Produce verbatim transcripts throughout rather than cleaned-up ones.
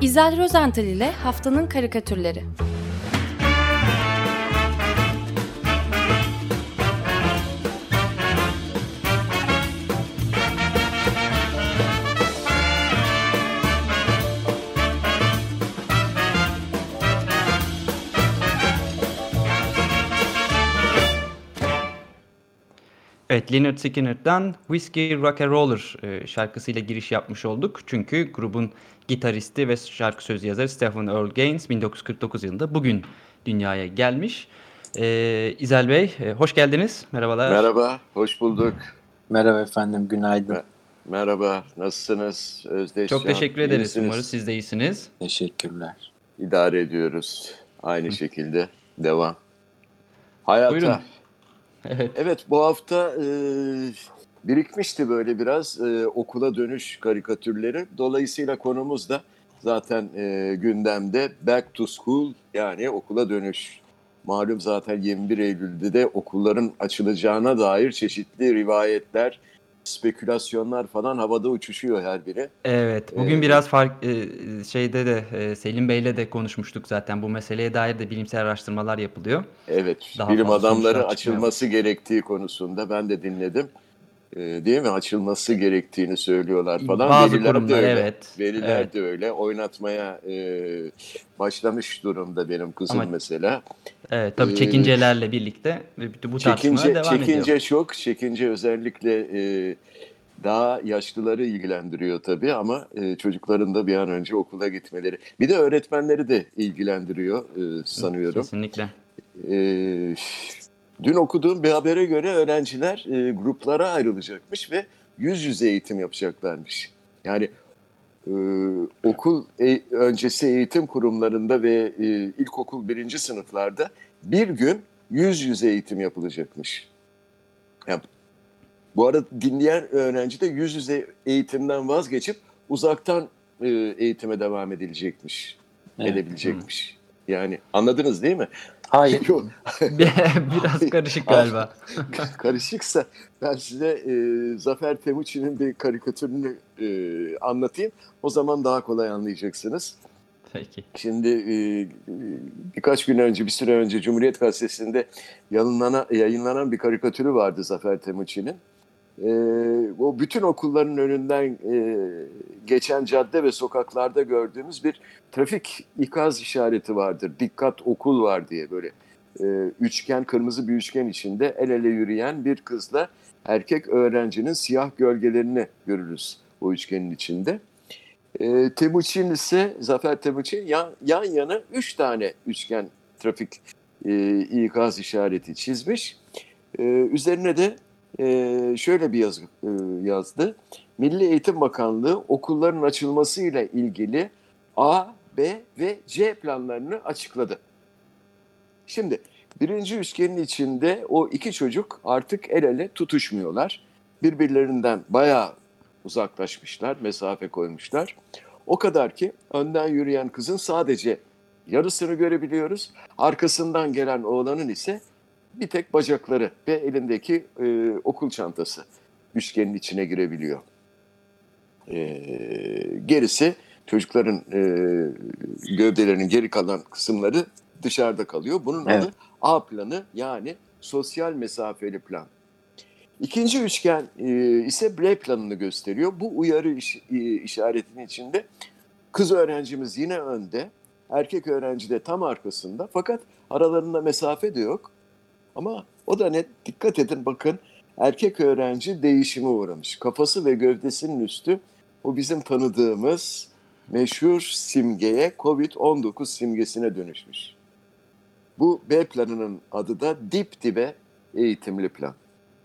İzel Rozental ile Haftanın Karikatürleri. Evet, Lynyrd Skynyrd'dan Whiskey Rock'n'Roller şarkısıyla giriş yapmış olduk. Çünkü grubun gitaristi ve şarkı sözü yazarı Stephen Earl Gaines bin dokuz yüz kırk dokuz yılında bugün dünyaya gelmiş. Ee, İzel Bey, hoş geldiniz. Merhabalar. Merhaba, hoş bulduk. Merhaba efendim, günaydın. Me- Merhaba, nasılsınız Özdeş? Çok teşekkür ederiz. İyisiniz. Umarız siz de iyisiniz. Teşekkürler. İdare ediyoruz. Aynı Hı. şekilde devam. Hayata. Buyurun. Evet. Evet, bu hafta e, birikmişti böyle biraz e, okula dönüş karikatürleri. Dolayısıyla konumuz da zaten e, gündemde Back to School, yani okula dönüş. Malum zaten yirmi bir Eylül'de de okulların açılacağına dair çeşitli rivayetler, spekülasyonlar falan havada uçuşuyor her biri. Evet, bugün ee, biraz fark e, şeyde de e, Selim Bey'le de konuşmuştuk zaten, bu meseleye dair de bilimsel araştırmalar yapılıyor. Evet, daha bilim adamları açılması gerektiği konusunda ben de dinledim. E, değil mi? Açılması gerektiğini söylüyorlar falan. Bazı Veliler kurumlar, de öyle. evet. Veliler evet. de öyle. Oynatmaya e, başlamış durumda benim kızım Ama, mesela. Evet, tabii çekincelerle ee, birlikte bu tartışmaya devam çekince ediyor. Çekince çok, çekince özellikle e, daha yaşlıları ilgilendiriyor tabii ama e, çocukların da bir an önce okula gitmeleri. Bir de öğretmenleri de ilgilendiriyor e, sanıyorum. Kesinlikle. E, dün okuduğum bir habere göre öğrenciler e, gruplara ayrılacakmış ve yüz yüze eğitim yapacaklarmış. Yani e, okul e, öncesi eğitim kurumlarında ve e, ilkokul birinci sınıflarda bir gün yüz yüze eğitim yapılacakmış. Yani, bu arada dinleyen öğrenci de yüz yüze eğitimden vazgeçip uzaktan e, eğitime devam edilecekmiş, evet. edebilecekmiş. Hmm. Yani anladınız değil mi? Hayır. Biraz karışık galiba. Karışıksa ben size e, Zafer Temuçin'in bir karikatürünü e, anlatayım. O zaman daha kolay anlayacaksınız. Peki. Şimdi e, birkaç gün önce, bir süre önce Cumhuriyet Gazetesi'nde yayınlanan, yayınlanan bir karikatürü vardı Zafer Temuçin'in. E, o bütün okulların önünden e, geçen cadde ve sokaklarda gördüğümüz bir trafik ikaz işareti vardır. Dikkat okul var diye böyle e, üçgen, kırmızı bir üçgen içinde el ele yürüyen bir kızla erkek öğrencinin siyah gölgelerini görürüz o üçgenin içinde. E, Temuçin ise, Zafer Temuçin yan, yan yana üç tane üçgen trafik e, ikaz işareti çizmiş. E, üzerine de e, şöyle bir yazı e, yazdı. Milli Eğitim Bakanlığı okulların açılmasıyla ilgili A, B ve C planlarını açıkladı. Şimdi birinci üçgenin içinde o iki çocuk artık el ele tutuşmuyorlar. Birbirlerinden bayağı uzaklaşmışlar, mesafe koymuşlar. O kadar ki önden yürüyen kızın sadece yarısını görebiliyoruz. Arkasından gelen oğlanın ise bir tek bacakları ve elindeki e, okul çantası üçgenin içine girebiliyor. E, gerisi çocukların e, gövdelerinin geri kalan kısımları dışarıda kalıyor. Bunun evet. adı A planı, yani sosyal mesafeli plan. İkinci üçgen e, ise B planını gösteriyor. Bu uyarı iş, e, işaretinin içinde kız öğrencimiz yine önde, erkek öğrenci de tam arkasında. Fakat aralarında mesafe de yok. Ama o da net, dikkat edin bakın, erkek öğrenci değişime uğramış. Kafası ve gövdesinin üstü o bizim tanıdığımız meşhur simgeye, kovid on dokuz simgesine dönüşmüş. Bu B planının adı da dip dibe eğitimli plan.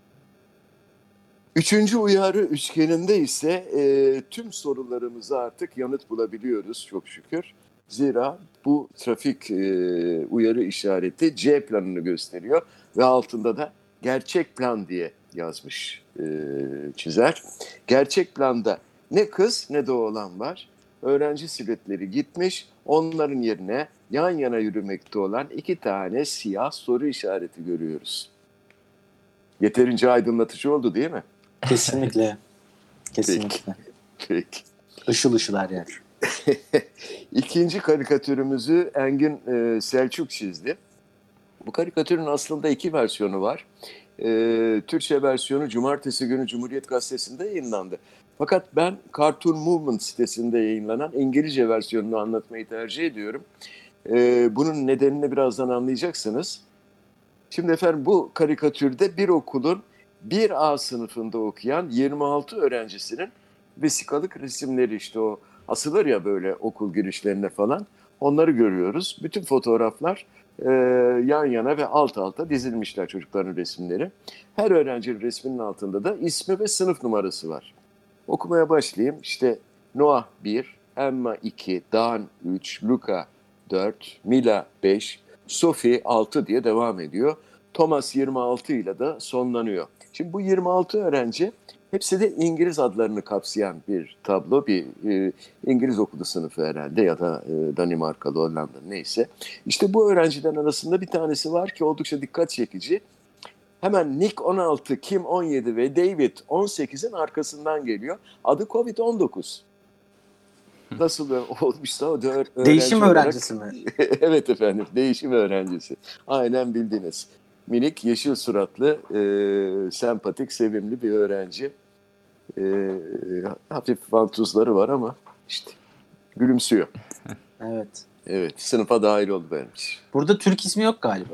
Üçüncü uyarı üçgeninde ise e, tüm sorularımıza artık yanıt bulabiliyoruz çok şükür. Zira bu trafik e, uyarı işareti C planını gösteriyor ve altında da gerçek plan diye yazmış e, çizer. Gerçek planda ne kız ne de oğlan var. Öğrenci silüetleri gitmiş, onların yerine yan yana yürümekte olan iki tane siyah soru işareti görüyoruz. Yeterince aydınlatıcı oldu değil mi? Kesinlikle. Kesinlikle. Peki. Peki. Işıl ışıl her yer. İkinci karikatürümüzü Engin e, Selçuk çizdi. Bu karikatürün aslında iki versiyonu var. E, Türkçe versiyonu cumartesi günü Cumhuriyet Gazetesi'nde yayınlandı. Fakat ben Cartoon Movement sitesinde yayınlanan İngilizce versiyonunu anlatmayı tercih ediyorum. E, bunun nedenini birazdan anlayacaksınız. Şimdi efendim bu karikatürde bir okulun bir A sınıfında okuyan yirmi altı öğrencisinin vesikalık resimleri, işte o asılır ya böyle okul girişlerine falan, onları görüyoruz. Bütün fotoğraflar e, yan yana ve alt alta dizilmişler, çocukların resimleri. Her öğrencinin resminin altında da ismi ve sınıf numarası var. Okumaya başlayayım. İşte Noah bir, Emma iki, Dan üç, Luca dört, Mila beş, Sophie altı diye devam ediyor. Thomas yirmi altı ile de sonlanıyor. Şimdi bu yirmi altı öğrenci hepsi de İngiliz adlarını kapsayan bir tablo. Bir e, İngiliz okulu sınıfı herhalde, ya da e, Danimarkalı, Hollanda, neyse. İşte bu öğrencilerin arasında bir tanesi var ki oldukça dikkat çekici. Hemen Nick on altı, Kim on yedi ve David on sekizin arkasından geliyor. Adı covid on dokuz. Nasıl olmuşsa o da öğrenci Değişim olarak... öğrencisi mi? Evet efendim, değişim öğrencisi. Aynen bildiniz. Minik, yeşil suratlı, e, sempatik, sevimli bir öğrenci. E, hafif vantuzları var ama işte gülümsüyor. Evet. Evet, sınıfa dahil oldu benim. Burada Türk ismi yok galiba.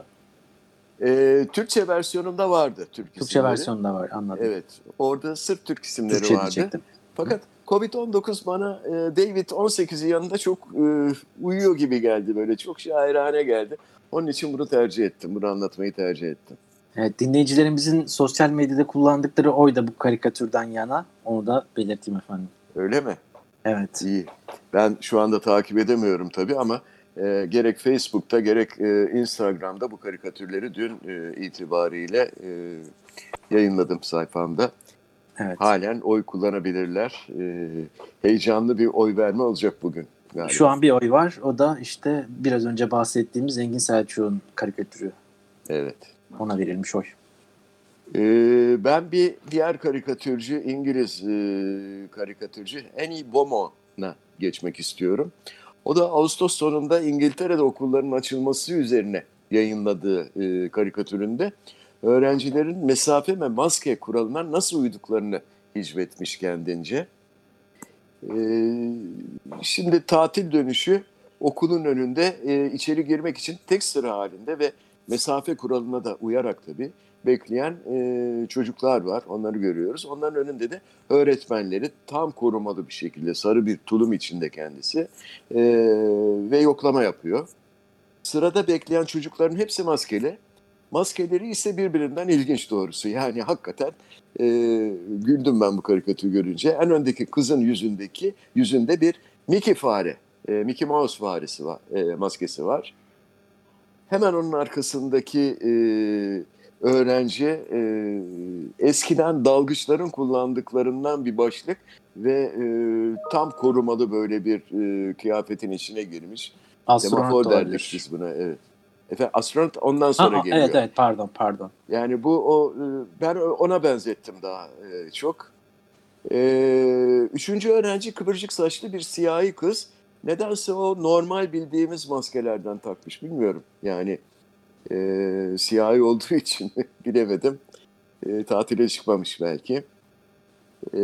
E, Türkçe versiyonunda vardı. Türk Türkçe isimleri. versiyonunda var, anladım. Evet, orada sırf Türk isimleri Türkçe vardı. diyecektim. Fakat covid on dokuz bana e, David on sekizin yanında çok e, uyuyor gibi geldi, böyle çok şairane geldi. Onun için bunu tercih ettim, bunu anlatmayı tercih ettim. Evet, dinleyicilerimizin sosyal medyada kullandıkları oy da bu karikatürden yana. Onu da belirteyim efendim. Öyle mi? Evet. İyi. Ben şu anda takip edemiyorum tabii ama e, gerek Facebook'ta gerek e, Instagram'da bu karikatürleri dün e, itibariyle e, yayınladım sayfamda. Evet. Halen oy kullanabilirler. E, heyecanlı bir oy verme olacak bugün galiba. Şu an bir oy var. O da işte biraz önce bahsettiğimiz Engin Selçuk'un karikatürü. Evet. Ona verilmiş oy. Ee, ben bir diğer karikatürcü, İngiliz e, karikatürcü Annie Beaumont'a geçmek istiyorum. O da Ağustos sonunda İngiltere'de okulların açılması üzerine yayınladığı e, karikatüründe öğrencilerin mesafe ve maske kuralına nasıl uyduklarını hicvetmiş kendince. Ee, şimdi tatil dönüşü okulun önünde e, içeri girmek için tek sıra halinde ve mesafe kuralına da uyarak tabii bekleyen e, çocuklar var. Onları görüyoruz. Onların önünde de öğretmenleri tam korumalı bir şekilde, sarı bir tulum içinde kendisi e, ve yoklama yapıyor. Sırada bekleyen çocukların hepsi maskeli. Maskeleri ise birbirinden ilginç doğrusu. Yani hakikaten e, güldüm ben bu karikatürü görünce. En öndeki kızın yüzündeki yüzünde bir Mickey fare, e, Mickey Mouse faresi var, e, maskesi var. Hemen onun arkasındaki e, öğrenci e, eskiden dalgıçların kullandıklarından bir başlık ve e, tam korumalı böyle bir e, kıyafetin içine girmiş. Astronot da derdik olabilir. biz buna, evet. Efendim, astronot ondan sonra Aa, geliyor. evet evet pardon pardon. Yani bu o ben ona benzettim daha e, çok. E, üçüncü öğrenci kıvırcık saçlı bir siyahi kız. Nedense o normal bildiğimiz maskelerden takmış, bilmiyorum. Yani e, siyahi olduğu için bilemedim. E, tatile çıkmamış belki. E,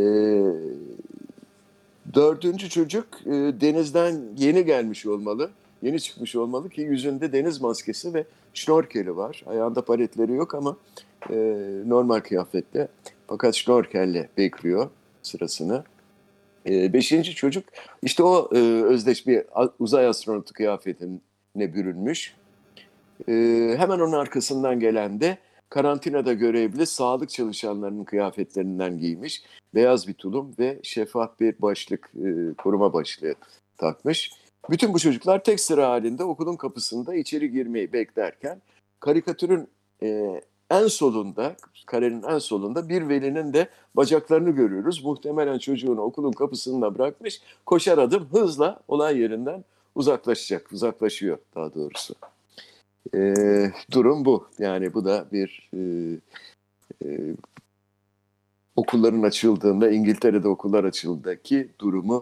dördüncü çocuk e, denizden yeni gelmiş olmalı. Yeni çıkmış olmalı ki yüzünde deniz maskesi ve şnorkeli var. Ayağında paletleri yok ama e, normal kıyafette. Fakat şnorkelle bekliyor sırasını. E, beşinci çocuk işte o e, özdeş bir uzay astronotu kıyafetine bürünmüş. E, hemen onun arkasından gelen de karantinada görevli sağlık çalışanlarının kıyafetlerinden giymiş. Beyaz bir tulum ve şeffaf bir başlık, e, koruma başlığı takmış. Bütün bu çocuklar tek sıra halinde okulun kapısında içeri girmeyi beklerken karikatürün e, en solunda, karenin en solunda bir velinin de bacaklarını görüyoruz. Muhtemelen çocuğunu okulun kapısında bırakmış, koşar adım hızla olay yerinden uzaklaşacak, uzaklaşıyor daha doğrusu. E, durum bu. Yani bu da bir e, e, okulların açıldığında, İngiltere'de okullar açıldığındaki durumu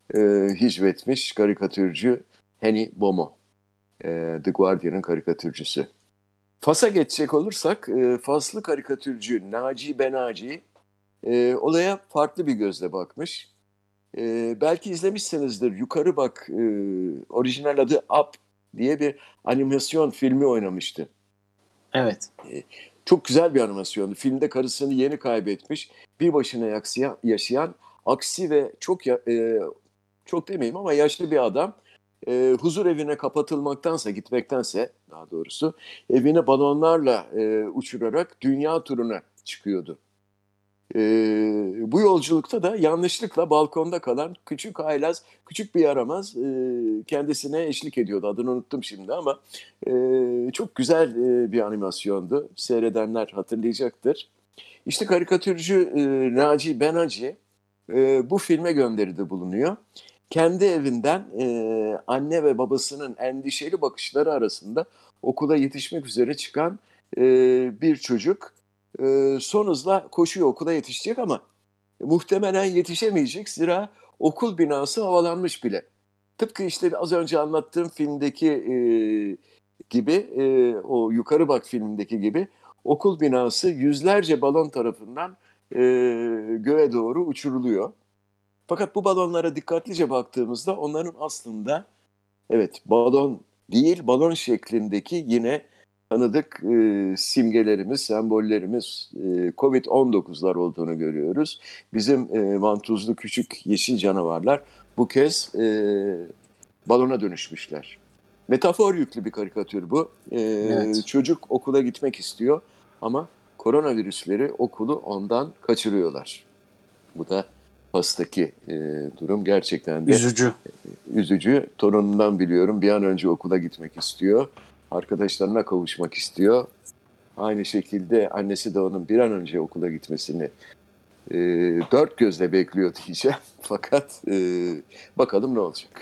e, hicvetmiş karikatürcü Henny Bomo. E, The Guardian'ın karikatürcüsü. Fas'a geçecek olursak e, Faslı karikatürcü Naci Benaci e, olaya farklı bir gözle bakmış. E, belki izlemişsinizdir. Yukarı Bak, e, orijinal adı Up diye bir animasyon filmi oynamıştı. Evet. E, çok güzel bir animasyondu. Filmde karısını yeni kaybetmiş, bir başına yaksıya, yaşayan aksi ve çok ya, e, çok demeyeyim ama yaşlı bir adam e, huzur evine kapatılmaktansa, gitmektense daha doğrusu evine balonlarla e, uçurarak dünya turuna çıkıyordu. E, bu yolculukta da yanlışlıkla balkonda kalan küçük haylaz, küçük bir yaramaz e, kendisine eşlik ediyordu. Adını unuttum şimdi ama e, çok güzel e, bir animasyondu. Seyredenler hatırlayacaktır. İşte karikatürcü e, Naci Benaci e, bu filme gönderide bulunuyor. Kendi evinden e, anne ve babasının endişeli bakışları arasında okula yetişmek üzere çıkan e, bir çocuk e, son hızla koşuyor, okula yetişecek ama muhtemelen yetişemeyecek, zira okul binası havalanmış bile. Tıpkı işte az önce anlattığım filmdeki e, gibi, e, o Yukarı Bak filmindeki gibi okul binası yüzlerce balon tarafından e, göğe doğru uçuruluyor. Fakat bu balonlara dikkatlice baktığımızda onların aslında evet balon değil, balon şeklindeki yine tanıdık e, simgelerimiz, sembollerimiz e, kovid on dokuzlar olduğunu görüyoruz. Bizim e, vantuzlu küçük yeşil canavarlar bu kez e, balona dönüşmüşler. Metafor yüklü bir karikatür bu. E, Evet. Çocuk okula gitmek istiyor ama koronavirüsleri okulu ondan kaçırıyorlar. Bu da Fas'taki e, durum gerçekten de Üzücü. üzücü. Torunundan biliyorum, bir an önce okula gitmek istiyor. Arkadaşlarına kavuşmak istiyor. Aynı şekilde annesi de onun bir an önce okula gitmesini e, dört gözle bekliyor diyeceğim. Fakat e, bakalım ne olacak.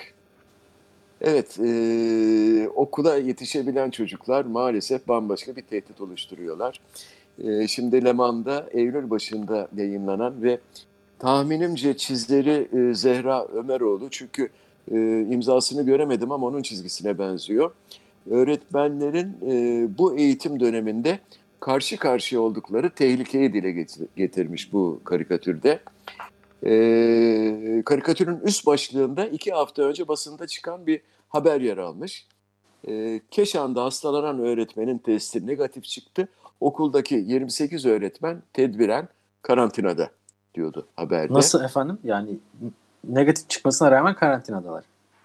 Evet, e, okula yetişebilen çocuklar maalesef bambaşka bir tehdit oluşturuyorlar. E, şimdi Le Mans'da Eylül başında yayınlanan ve tahminimce çizleri e, Zehra Ömeroğlu, çünkü e, imzasını göremedim ama onun çizgisine benziyor. Öğretmenlerin e, bu eğitim döneminde karşı karşıya oldukları tehlikeyi dile getir- getirmiş bu karikatürde. E, karikatürün üst başlığında iki hafta önce basında çıkan bir haber yer almış. E, Keşan'da hastalanan öğretmenin testi negatif çıktı. Okuldaki yirmi sekiz öğretmen tedbiren karantinada diyordu haberde. Nasıl efendim? Yani negatif çıkmasına rağmen karantinadalar.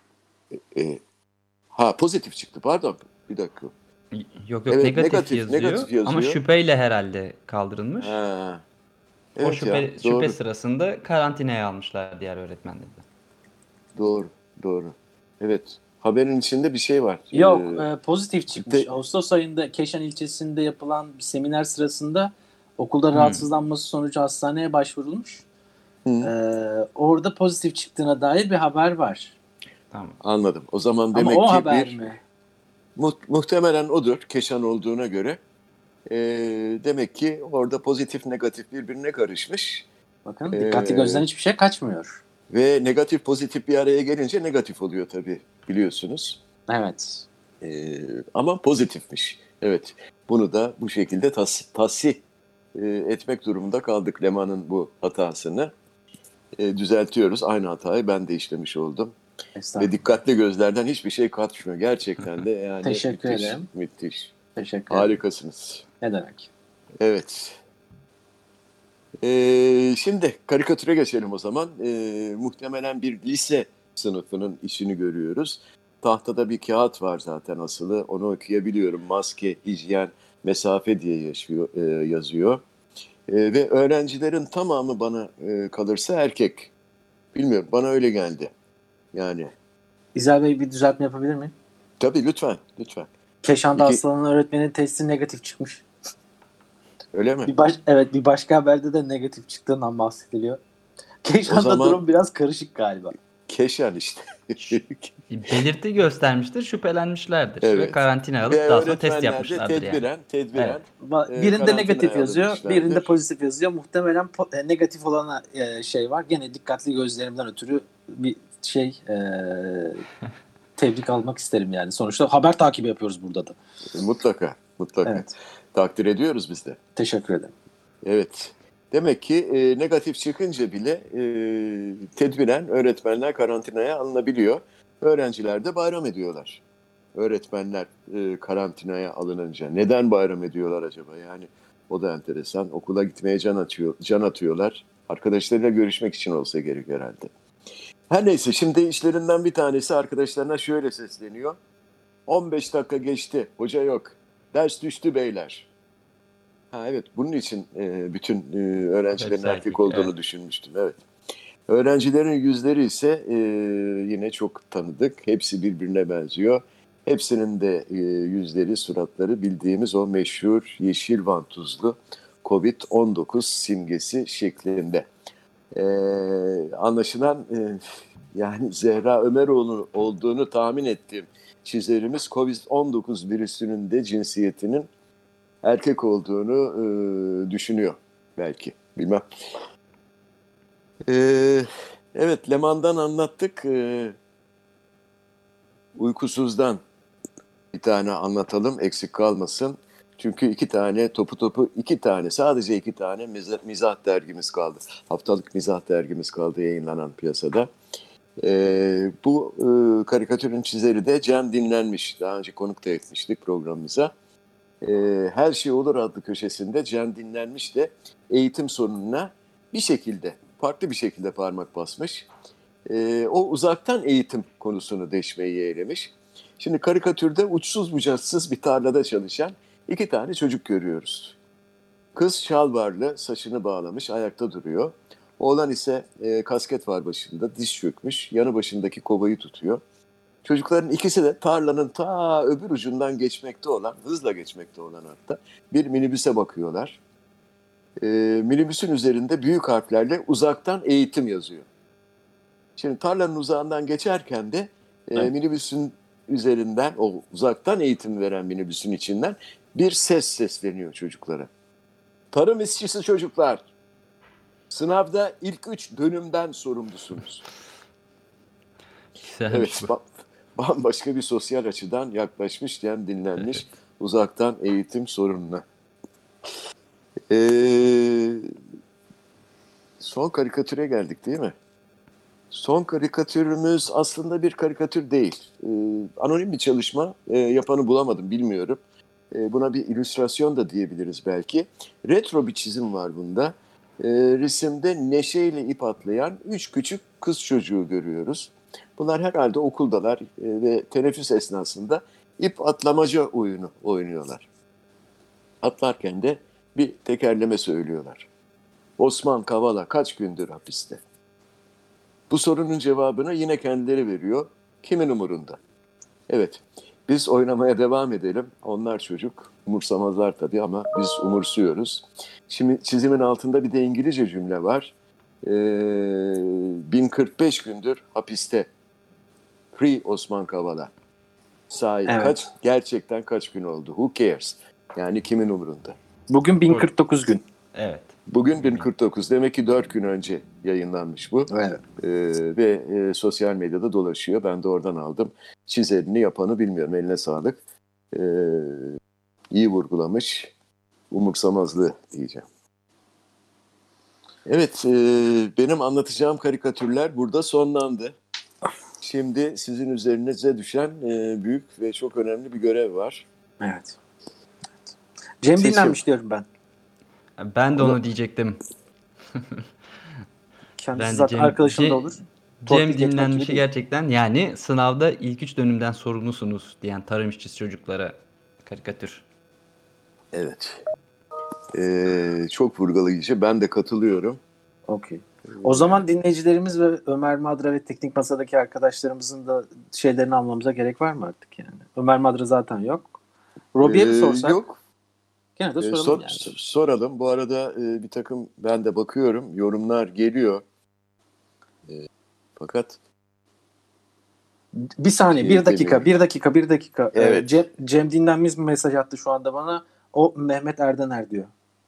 E, ha pozitif çıktı, pardon bir dakika. Y- Yok yok Evet, negatif, negatif, yazıyor, negatif yazıyor. ama şüpheyle herhalde kaldırılmış. Ha, O evet şüphe, ya, şüphe doğru, sırasında karantinaya almışlar diğer öğretmenleri de. doğru, doğru. Evet, haberin içinde bir şey var. Yok Ee, e, pozitif çıkmış. de- Ağustos ayında Keşan ilçesinde yapılan bir seminer sırasında okulda Hmm. rahatsızlanması sonucu hastaneye başvurulmuş. Hı, E, orada pozitif çıktığına dair bir haber var. Tamam. anladım. O zaman Ama demek o ki haber bir mi? mu- muhtemelen odur, Keşan olduğuna göre. Ee, demek ki orada pozitif negatif birbirine karışmış Bakın Ee, dikkatli gözden hiçbir şey kaçmıyor. ve negatif pozitif bir araya gelince negatif oluyor tabii, biliyorsunuz. Evet. Ee, ama pozitifmiş. Evet, bunu da bu şekilde tas tasih e, etmek durumunda kaldık. Leman'ın bu hatasını e, düzeltiyoruz. Aynı hatayı ben de işlemiş oldum. Ve Estağfurullah. dikkatli gözlerden hiçbir şey kaçmıyor. Gerçekten de yani Teşekkür müthiş, ederim. müthiş. Teşekkür ederim. Harikasınız. Ne demek? Evet. Ee, şimdi karikatüre geçelim o zaman. Ee, muhtemelen bir lise sınıfının işini görüyoruz. Tahtada bir kağıt var zaten asılı. Onu okuyabiliyorum. Maske, hijyen, mesafe diye yaşıyor, e, yazıyor. E, ve öğrencilerin tamamı bana e, kalırsa erkek. Bilmiyorum, bana öyle geldi. Yani İzel Bey bir düzeltme yapabilir miyim? tabii, lütfen, lütfen. Keşan'da İki- hastalanan öğretmenin testi negatif çıkmış. Öyle mi? Bir baş, evet bir başka haberde de negatif çıktığından bahsediliyor. Keşan'da O zaman- durum biraz karışık galiba. Keşan işte. belirti göstermiştir, şüphelenmişlerdir Evet. ve karantina alıp Ve daha sonra test öğretmenler de yapmışlardır tedbiren, yani. tedbiren Evet. Ba- e, Birinde karantinaya negatif yazıyor, alınmışlardır. birinde pozitif yazıyor. Muhtemelen po- e, negatif olana e, şey var. Gene dikkatli gözlerimden ötürü bir şey e, tebrik almak isterim yani. Sonuçta haber takibi yapıyoruz burada da. Mutlaka, mutlaka. Evet. Takdir ediyoruz biz de. Teşekkür ederim. Evet. Demek ki e, negatif çıkınca bile e, tedbiren öğretmenler karantinaya alınabiliyor. Öğrenciler de bayram ediyorlar. Öğretmenler e, karantinaya alınınca. Neden bayram ediyorlar acaba? Yani o da enteresan. Okula gitmeye can atıyor, can atıyorlar. Arkadaşlarıyla görüşmek için olsa gerek herhalde. Her neyse, şimdi işlerinden bir tanesi arkadaşlarına şöyle sesleniyor. on beş dakika geçti, hoca yok. Ders düştü beyler. Ha evet, bunun için e, bütün e, öğrencilerin Hepsi erkek erkek, olduğunu evet. düşünmüştüm. Evet. Öğrencilerin yüzleri ise e, yine çok tanıdık. Hepsi birbirine benziyor. Hepsinin de e, yüzleri, suratları bildiğimiz o meşhur yeşil vantuzlu kovid on dokuz simgesi şeklinde. E, anlaşılan e, yani Zehra Ömeroğlu olduğunu tahmin ettiğim çizerimiz kovid on dokuz virüsünün de cinsiyetinin erkek olduğunu e, düşünüyor belki, bilmem. E, evet, Leman'dan anlattık. E, uykusuzdan bir tane anlatalım, eksik kalmasın. Çünkü iki tane, topu topu iki tane, sadece iki tane mizah, mizah dergimiz kaldı. Haftalık mizah dergimiz kaldı yayınlanan piyasada. E, bu e, karikatürün çizeri de Cem Dinlenmiş. Daha önce konuk da etmiştik programımıza. E, Her Şey Olur adlı köşesinde Cem Dinlenmiş de eğitim sorununa bir şekilde, farklı bir şekilde parmak basmış. E, o uzaktan eğitim konusunu deşmeyi yeğlemiş. Şimdi karikatürde uçsuz bucaksız bir tarlada çalışan iki tane çocuk görüyoruz. Kız şalvarlı, saçını bağlamış, ayakta duruyor. Oğlan ise e, kasket var başında, diz çökmüş, yanı başındaki kovayı tutuyor. Çocukların ikisi de tarlanın ta öbür ucundan geçmekte olan, hızla geçmekte olan hatta bir minibüse bakıyorlar. E, minibüsün üzerinde büyük harflerle uzaktan eğitim yazıyor. Şimdi tarlanın uzağından geçerken de e, Evet. minibüsün üzerinden, o uzaktan eğitim veren minibüsün içinden bir ses sesleniyor çocuklara. Tarım işçisi çocuklar, sınavda ilk üç dönümden sorumlusunuz. Güzelmiş Evet, bu. ba- bambaşka bir sosyal açıdan yaklaşmış, yani dinlenmiş uzaktan eğitim sorununa. Ee, son karikatüre geldik değil mi? Son karikatürümüz aslında bir karikatür değil. Ee, anonim bir çalışma, ee, yapanı bulamadım, bilmiyorum. Ee, buna bir illüstrasyon da diyebiliriz belki. Retro bir çizim var bunda. Ee, resimde neşeyle ip atlayan üç küçük kız çocuğu görüyoruz. Bunlar herhalde okuldalar e, ve teneffüs esnasında ip atlamaca oyunu oynuyorlar. Atlarken de bir tekerleme söylüyorlar. Osman Kavala kaç gündür hapiste? Bu sorunun cevabını yine kendileri veriyor. Kimin umurunda? Evet, biz oynamaya devam edelim. Onlar çocuk, umursamazlar tabii ama biz umursuyoruz. Şimdi çizimin altında bir de İngilizce cümle var. Ee, bin kırk beş gündür hapiste. Free Osman Kavala. Sahi Evet. kaç, gerçekten kaç gün oldu? Who cares? Yani kimin umurunda? Bugün bin kırk dokuz gün. Evet. Bugün bin kırk dokuz. Demek ki dört gün önce yayınlanmış bu. Evet. Ee, ve e, sosyal medyada dolaşıyor. Ben de oradan aldım. Çizerini yapanı bilmiyorum. Eline sağlık. Ee, iyi vurgulamış. Umursamazlığı diyeceğim. Evet, e, benim anlatacağım karikatürler burada sonlandı. Şimdi sizin üzerinize düşen e, büyük ve çok önemli bir görev var. Evet. Cem Seçim. Dinlenmiş diyorum ben. Ben de Onu- onu diyecektim. Kendisi Ben de zaten Cem- arkadaşım Ce- da olur. Torpil Cem geçmek gibi dinlenmişi değil. gerçekten, yani sınavda ilk üç dönümden sorumlusunuz diyen tarım işçisi çocuklara karikatür. Evet. Ee, çok vurgulayıcı. Ben de katılıyorum. Okey. O zaman dinleyicilerimiz ve Ömer Madra ve Teknik Masa'daki arkadaşlarımızın da şeylerini almamıza gerek var mı artık yani? Ömer Madra zaten yok. Robi'ye mi Ee, sorsak? Yok. Gene de Ee, soralım sor- yani. soralım. Bu arada e, bir takım, ben de bakıyorum, yorumlar geliyor. Ee, fakat Bir saniye, bir dakika, bir dakika, bir dakika. Evet. Ee, Cem, Cem Dinlenmez bir mesaj attı şu anda bana. O Mehmet Erdener diyor.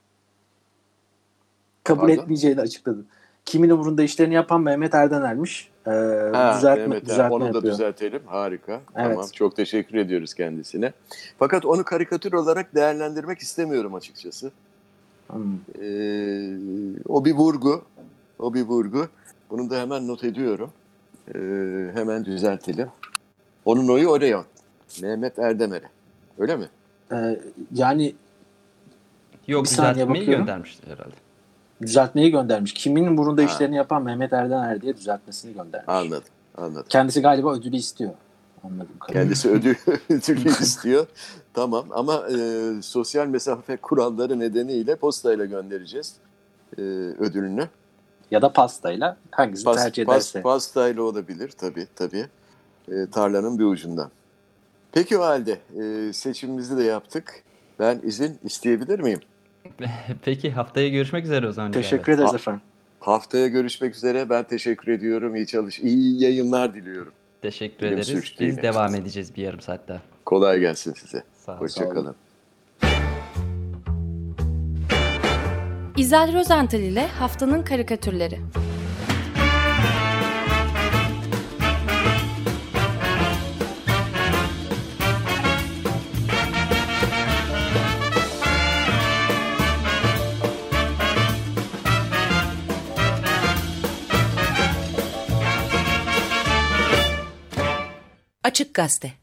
Kabul Pardon? etmeyeceğini açıkladı. Kimin umurunda işlerini yapan Mehmet Erdener'miş. Ee, Ha, düzeltme, Mehmet, düzeltme onu da yapıyor. düzeltelim. Harika. Evet. Tamam. Çok teşekkür ediyoruz kendisine. Fakat onu karikatür olarak değerlendirmek istemiyorum açıkçası. Hmm. Ee, o bir vurgu. O bir vurgu. Bunu da hemen not ediyorum. Ee, hemen düzeltelim. Onun oyu oraya. Mehmet Erdener'e. Öyle mi? Ee, yani Yok, Bir saniye düzeltmeyi bakıyorum. göndermişti herhalde. düzeltmeyi göndermiş. Kimin umurunda Ha. işlerini yapan Mehmet Erdener diye düzeltmesini göndermiş. Anladım. Anladım. Kendisi galiba ödülü istiyor. Anladım. Kendisi ödül, ödülü istiyor. Tamam ama e, sosyal mesafe kuralları nedeniyle postayla göndereceğiz e, ödülünü. Ya da pastayla hangisini Pas, tercih pas, ederse. pastayla olabilir tabii tabii. E, tarlanın bir ucundan. Peki o halde e, seçimimizi de yaptık. Ben izin isteyebilir miyim? Peki haftaya görüşmek üzere o zaman. Teşekkür Caner. ederiz Ha- efendim. Haftaya görüşmek üzere. Ben teşekkür ediyorum. İyi çalış, iyi yayınlar diliyorum. Teşekkür Bilim ederiz. suç değil Biz mi? devam edeceğiz bir yarım saat daha. Kolay gelsin size. Sağ olun. Hoşçakalın. İzel Rozental ile Haftanın Karikatürleri. Açık Gazete.